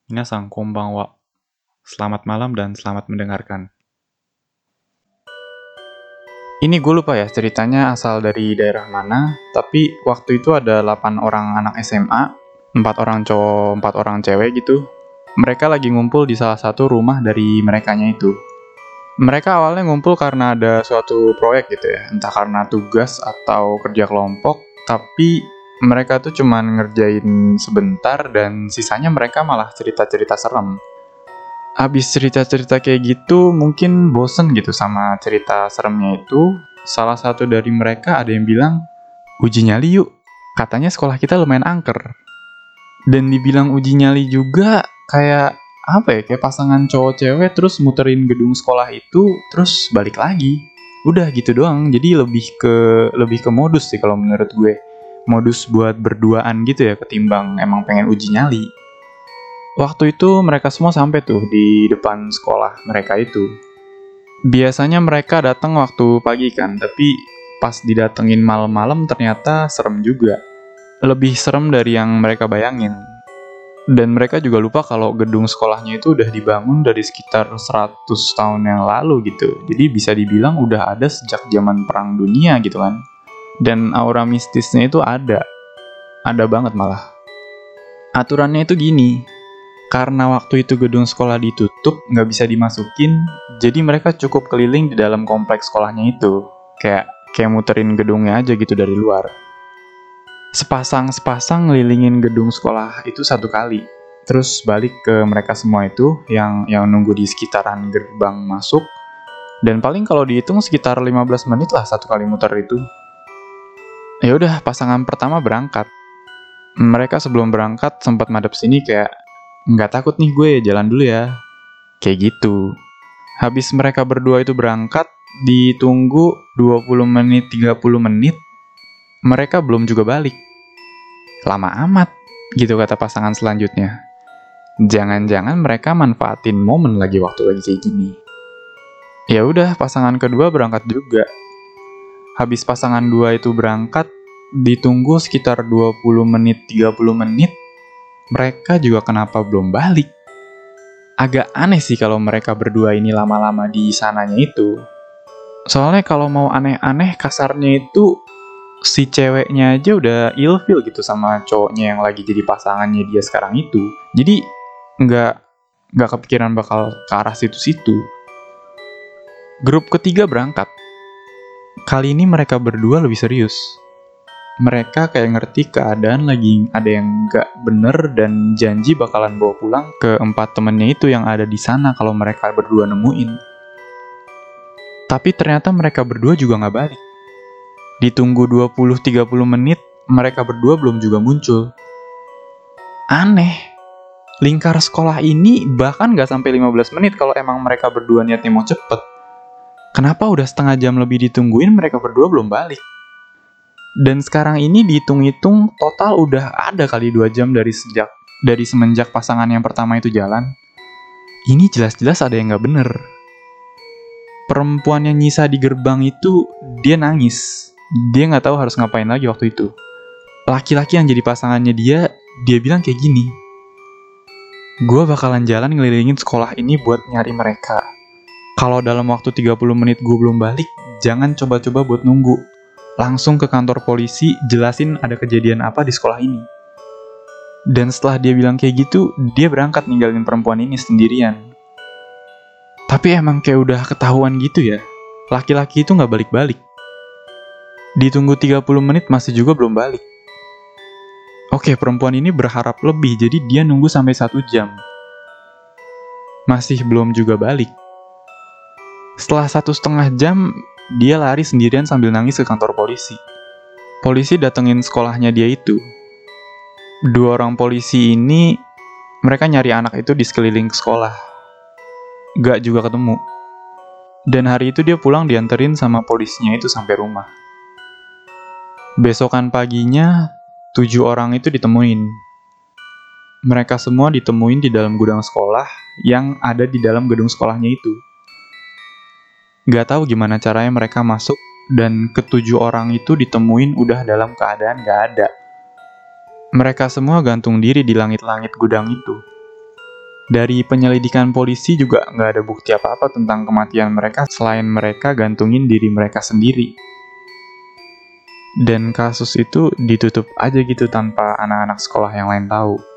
Minasan konbanwa. Selamat malam dan selamat mendengarkan. Ini gue lupa ya ceritanya asal dari daerah mana, tapi waktu itu ada 8 orang anak SMA, 4 orang cowok, 4 orang cewek gitu. Mereka lagi ngumpul di salah satu rumah dari merekanya itu. Mereka awalnya ngumpul karena ada suatu proyek gitu ya, entah karena tugas atau kerja kelompok, tapi mereka tuh cuman ngerjain sebentar dan sisanya mereka malah cerita-cerita serem. Habis cerita-cerita kayak gitu, mungkin bosen gitu sama cerita seremnya itu. Salah satu dari mereka ada yang bilang, uji nyali yuk. Katanya sekolah kita lumayan angker. Dan dibilang uji nyali juga kayak apa ya, kayak pasangan cowok cewek terus muterin gedung sekolah itu terus balik lagi. Udah gitu doang. Jadi lebih ke modus sih kalau menurut gue. Modus buat berduaan gitu ya ketimbang emang pengen uji nyali. Waktu itu mereka semua sampai tuh di depan sekolah mereka itu. Biasanya mereka datang waktu pagi kan, tapi pas didatengin malam-malam ternyata serem juga. Lebih serem dari yang mereka bayangin. Dan mereka juga lupa kalau gedung sekolahnya itu udah dibangun dari sekitar 100 tahun yang lalu gitu. Jadi bisa dibilang udah ada sejak zaman Perang Dunia gitu kan. Dan aura mistisnya itu ada banget malah. Aturannya itu gini, karena waktu itu gedung sekolah ditutup, nggak bisa dimasukin, jadi mereka cukup keliling di dalam kompleks sekolahnya itu. Kayak muterin gedungnya aja gitu dari luar. Sepasang ngelilingin gedung sekolah itu satu kali. Terus balik ke mereka semua itu yang nunggu di sekitaran gerbang masuk. Dan paling kalau dihitung sekitar 15 menit lah satu kali muter itu. Ya udah, pasangan pertama berangkat. Mereka sebelum berangkat sempat madep sini kayak, nggak takut nih gue, jalan dulu ya. Kayak gitu. Habis mereka berdua itu berangkat, ditunggu 20 menit, 30 menit, mereka belum juga balik. Lama amat, gitu kata pasangan selanjutnya. Jangan-jangan mereka manfaatin momen lagi waktu lagi kayak gini. Ya udah, pasangan kedua berangkat juga. Habis pasangan dua itu berangkat, ditunggu sekitar 20 menit, 30 menit, mereka juga kenapa belum balik. Agak aneh sih kalau mereka berdua ini lama-lama di sananya itu. Soalnya kalau mau aneh-aneh kasarnya itu si ceweknya aja udah ilfil gitu sama cowoknya yang lagi jadi pasangannya dia sekarang itu. Jadi nggak kepikiran bakal ke arah situ-situ. Grup ketiga berangkat. Kali ini mereka berdua lebih serius. Mereka kayak ngerti keadaan lagi ada yang nggak bener dan janji bakalan bawa pulang ke 4 temennya itu yang ada di sana kalau mereka berdua nemuin. Tapi ternyata mereka berdua juga nggak balik. Ditunggu 20-30 menit, mereka berdua belum juga muncul. Aneh. Lingkar sekolah ini bahkan nggak sampai 15 menit kalau emang mereka berdua niatnya mau cepet. Kenapa udah setengah jam lebih ditungguin mereka berdua belum balik? Dan sekarang ini dihitung-hitung total udah ada kali 2 jam dari semenjak pasangan yang pertama itu jalan. Ini jelas-jelas ada yang nggak bener. Perempuan yang nyisa di gerbang itu, dia nangis. Dia nggak tahu harus ngapain lagi waktu itu. Laki-laki yang jadi pasangannya dia bilang kayak gini. Gue bakalan jalan ngelilingin sekolah ini buat nyari mereka. Kalau dalam waktu 30 menit gue belum balik, jangan coba-coba buat nunggu. Langsung ke kantor polisi, jelasin ada kejadian apa di sekolah ini. Dan setelah dia bilang kayak gitu, dia berangkat ninggalin perempuan ini sendirian. Tapi emang kayak udah ketahuan gitu ya, laki-laki itu gak balik-balik. Ditunggu 30 menit masih juga belum balik. Oke, perempuan ini berharap lebih, jadi dia nunggu sampai 1 jam. Masih belum juga balik. Setelah 1,5 jam, dia lari sendirian sambil nangis ke kantor polisi. Polisi datengin sekolahnya dia itu. 2 orang polisi ini, mereka nyari anak itu di sekeliling sekolah. Gak juga ketemu. Dan hari itu dia pulang dianterin sama polisinya itu sampai rumah. Besokan paginya, 7 orang itu ditemuin. Mereka semua ditemuin di dalam gudang sekolah yang ada di dalam gedung sekolahnya itu. Gak tahu gimana caranya mereka masuk dan ke-7 orang itu ditemuin udah dalam keadaan gak ada. Mereka semua gantung diri di langit-langit gudang itu. Dari penyelidikan polisi juga nggak ada bukti apa-apa tentang kematian mereka selain mereka gantungin diri mereka sendiri. Dan kasus itu ditutup aja gitu tanpa anak-anak sekolah yang lain tahu.